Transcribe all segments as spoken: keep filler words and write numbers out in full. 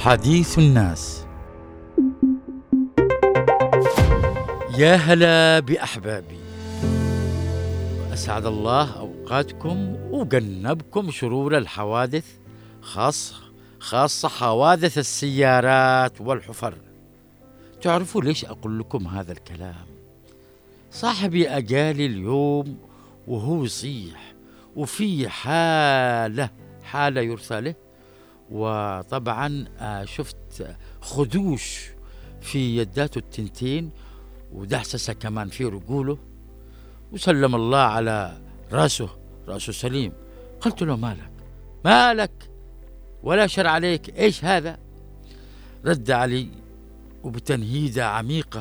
حديث الناس. يا هلا بأحبابي، أسعد الله أوقاتكم وجنبكم شرور الحوادث، خاصة خاصة حوادث السيارات والحفر. تعرفوا ليش أقول لكم هذا الكلام؟ صاحبي أجالي اليوم وهو يصيح وفي حالة حالة يرثى له، وطبعا شفت خدوش في يداته التنتين ودحسسة كمان في رجوله، وسلم الله على راسه، راسه سليم. قلت له مالك مالك ولا شر عليك، ايش هذا؟ رد علي وبتنهيدة عميقة،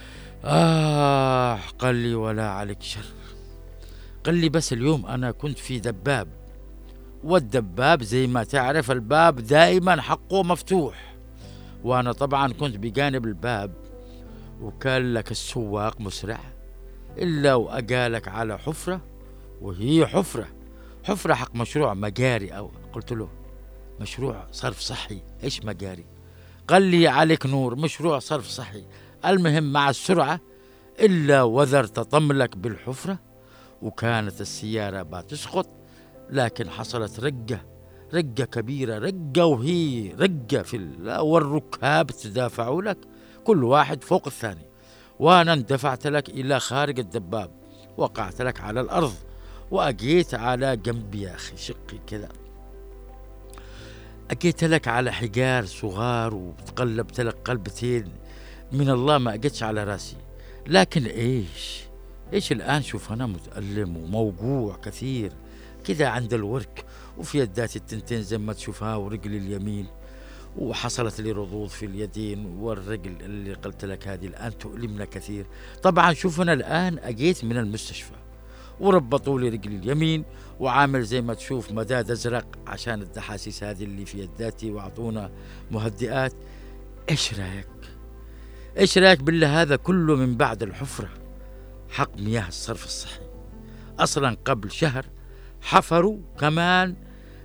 آه قال لي ولا عليك شر. قال لي بس اليوم أنا كنت في دباب، والدباب زي ما تعرف الباب دائما حقه مفتوح، وأنا طبعا كنت بجانب الباب، وكان لك السواق مسرع إلا وأجالك على حفرة، وهي حفرة حفرة حق مشروع مجاري. أو قلت له مشروع صرف صحي، إيش مجاري؟ قال لي عليك نور، مشروع صرف صحي. المهم مع السرعة إلا وذر تطملك بالحفرة، وكانت السيارة بتسقط، لكن حصلت رقة رقة كبيرة، رقة وهي رقة في ال... والركاب تدافعوا لك كل واحد فوق الثاني، وأنا اندفعت لك إلى خارج الدباب، وقعت لك على الأرض وأجيت على جنبي يا أخي شقي كذا، أجيت لك على حجار صغار وتقلبت لك قلبتين من الله، ما أجيتش على راسي. لكن إيش إيش الآن شوف أنا متألم وموجوع كثير كذا عند الورك، وفي يداتي التنتين زي ما تشوفها، ورجلي اليمين، وحصلت لي رضوض في اليدين، والرجل اللي قلت لك هذه الآن تؤلمنا كثير. طبعا شوف أنا الآن أجيت من المستشفى وربطوا لي رجلي اليمين، وعامل زي ما تشوف مداد أزرق عشان الدحاسيس هذه اللي في يداتي، وأعطونا مهدئات. إيش رأيك إيش رأيك بالله هذا كله من بعد الحفرة حق مياه الصرف الصحي؟ أصلا قبل شهر حفروا كمان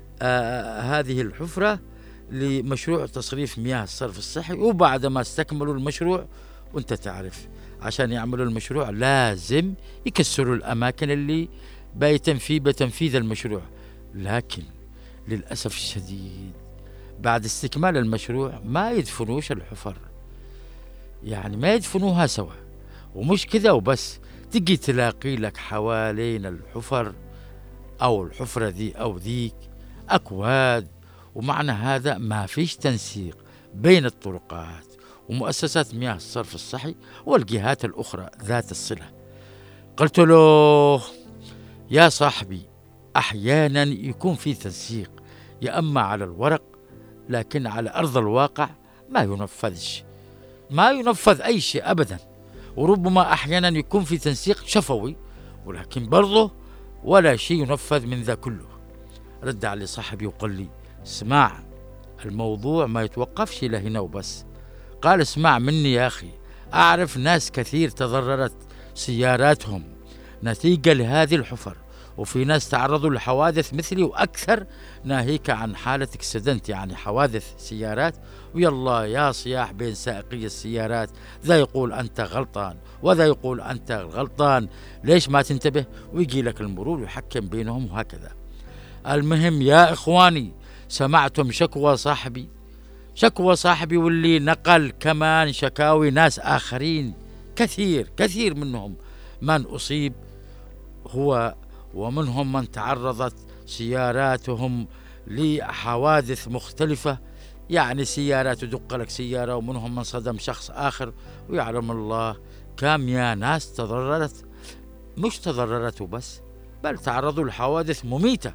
آه هذه الحفرة لمشروع تصريف مياه الصرف الصحي، وبعد ما استكملوا المشروع، وانت تعرف عشان يعملوا المشروع لازم يكسروا الأماكن اللي بيتم في بتنفيذ المشروع. لكن للأسف الشديد بعد استكمال المشروع ما يدفنوش الحفر، يعني ما يدفنوها سوا، ومش كذا وبس، تجي تلاقي لك حوالين الحفر أو الحفرة ذي أو ذيك أكواد، ومعنى هذا ما فيش تنسيق بين الطرقات ومؤسسات مياه الصرف الصحي والجهات الأخرى ذات الصلة. قلت له يا صاحبي أحيانا يكون في تنسيق يا أما على الورق، لكن على أرض الواقع ما ينفذش، ما ينفذ أي شيء أبدا، وربما أحيانا يكون في تنسيق شفوي، ولكن برضه ولا شيء ينفذ من ذا كله. رد علي صاحبي وقال لي اسمع، الموضوع ما يتوقفش لهنا وبس. قال اسمع مني يا أخي، أعرف ناس كثير تضررت سياراتهم نتيجة لهذه الحفر، وفي ناس تعرضوا لحوادث مثلي وأكثر، ناهيك عن حالة اكسيدنت يعني حوادث سيارات، ويلا يا صياح بين سائقي السيارات، ذا يقول أنت غلطان وذا يقول أنت غلطان، ليش ما تنتبه؟ ويجي لك المرور ويحكم بينهم وهكذا. المهم يا إخواني، سمعتم شكوى صاحبي شكوى صاحبي واللي نقل كمان شكاوي ناس آخرين كثير كثير، منهم من أصيب هو، ومنهم من تعرضت سياراتهم لحوادث مختلفة، يعني سيارة تدق لك سيارة، ومنهم من صدم شخص آخر، ويعلم الله كم يا ناس تضررت، مش تضررت وبس، بل تعرضوا لحوادث مميتة،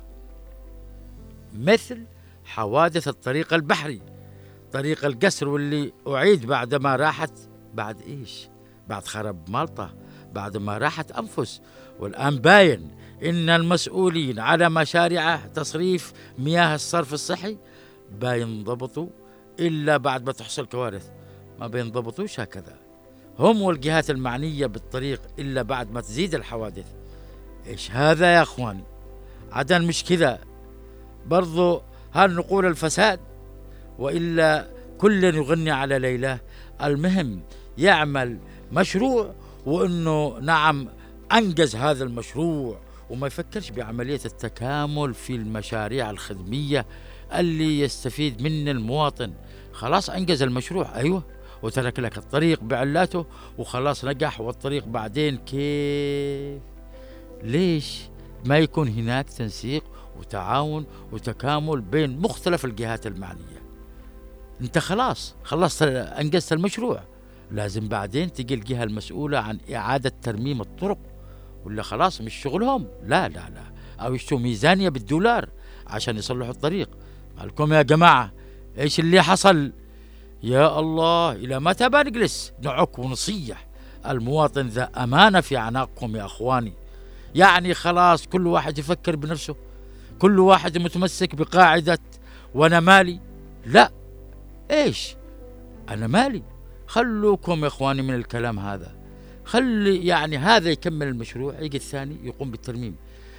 مثل حوادث الطريق البحري، طريق القصر، واللي أعيد بعدما راحت بعد إيش؟ بعد خرب مالطة، بعد ما راحت أنفس. والآن باين إن المسؤولين على مشاريع تصريف مياه الصرف الصحي بينضبطوا إلا بعد ما تحصل كوارث، ما بينضبطوش هكذا هم والجهات المعنية بالطريق إلا بعد ما تزيد الحوادث. إيش هذا يا أخواني؟ عدن مش كذا برضو، هل نقول الفساد؟ وإلا كل يغني على ليلاه. المهم يعمل مشروع، وأنه نعم أنجز هذا المشروع، وما يفكرش بعملية التكامل في المشاريع الخدمية اللي يستفيد من المواطن. خلاص أنجز المشروع، أيوة، وترك لك الطريق بعلاته وخلاص نجح، والطريق بعدين كيف؟ ليش ما يكون هناك تنسيق وتعاون وتكامل بين مختلف الجهات المعنية؟ انت خلاص خلصت انجزت المشروع، لازم بعدين تجي الجهة المسؤولة عن إعادة ترميم الطرق، ولا خلاص مش شغلهم، لا لا لا، أو يشتوا ميزانية بالدولار عشان يصلحوا الطريق. مالكم يا جماعة؟ إيش اللي حصل؟ يا الله، إلى متى بنجلس نعك ونصيح؟ المواطن ذا أمانة في أعناقكم يا أخواني. يعني خلاص كل واحد يفكر بنفسه، كل واحد متمسك بقاعدة وأنا مالي. لا، إيش أنا مالي؟ خلوكم يا إخواني من الكلام هذا. خلي يعني هذا يكمل المشروع، يجي الثاني يقوم بالترميم.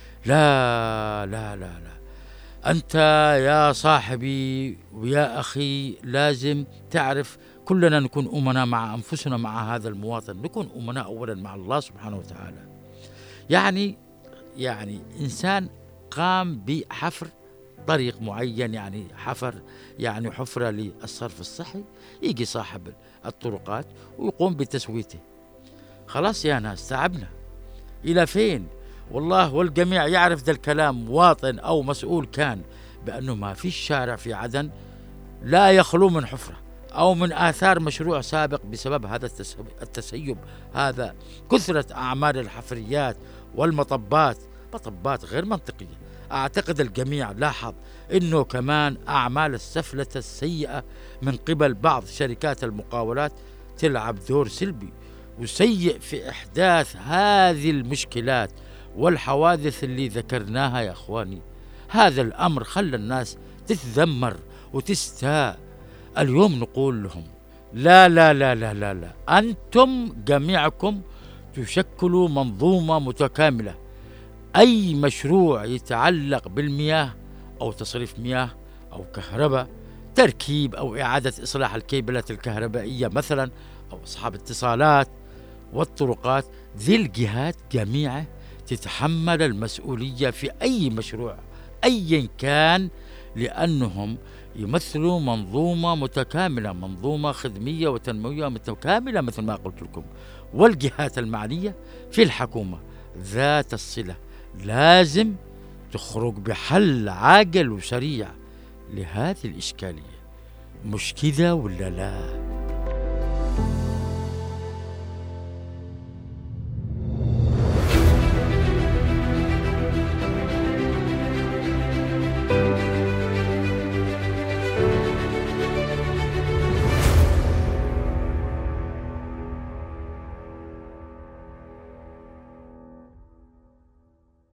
لا لا لا لا، أنت يا صاحبي ويا أخي لازم تعرف كلنا نكون أمنا مع أنفسنا، مع هذا المواطن، نكون أمنا أولا مع الله سبحانه وتعالى. يعني يعني إنسان قام بحفر طريق معين، يعني حفر يعني حفرة للصرف الصحي، يجي صاحب الطرقات ويقوم بتسويته. خلاص يا ناس تعبنا، إلى فين؟ والله والجميع يعرف ذا الكلام، مواطن أو مسؤول كان، بأنه ما في شارع في عدن لا يخلو من حفرة أو من آثار مشروع سابق بسبب هذا التسيب، هذا كثرة أعمال الحفريات والمطبات، مطبات غير منطقية. أعتقد الجميع لاحظ أنه كمان أعمال السفلة السيئة من قبل بعض شركات المقاولات تلعب دور سلبي وسيء في إحداث هذه المشكلات والحوادث اللي ذكرناها يا أخواني. هذا الأمر خلى الناس تتذمر وتستاء. اليوم نقول لهم لا لا لا لا لا لا، أنتم جميعكم تشكلوا منظومة متكاملة. أي مشروع يتعلق بالمياه أو تصريف مياه أو كهرباء، تركيب أو إعادة إصلاح الكيبلات الكهربائية مثلا، أو أصحاب اتصالات والطرقات، ذي الجهات جميعها تتحمل المسؤولية في أي مشروع أيا كان، لأنهم يمثلوا منظومة متكاملة، منظومة خدمية وتنموية متكاملة مثل ما قلت لكم. والجهات المعنية في الحكومة ذات الصلة لازم تخرج بحل عاجل وسريع لهذه الإشكالية. مش كذا ولا لا؟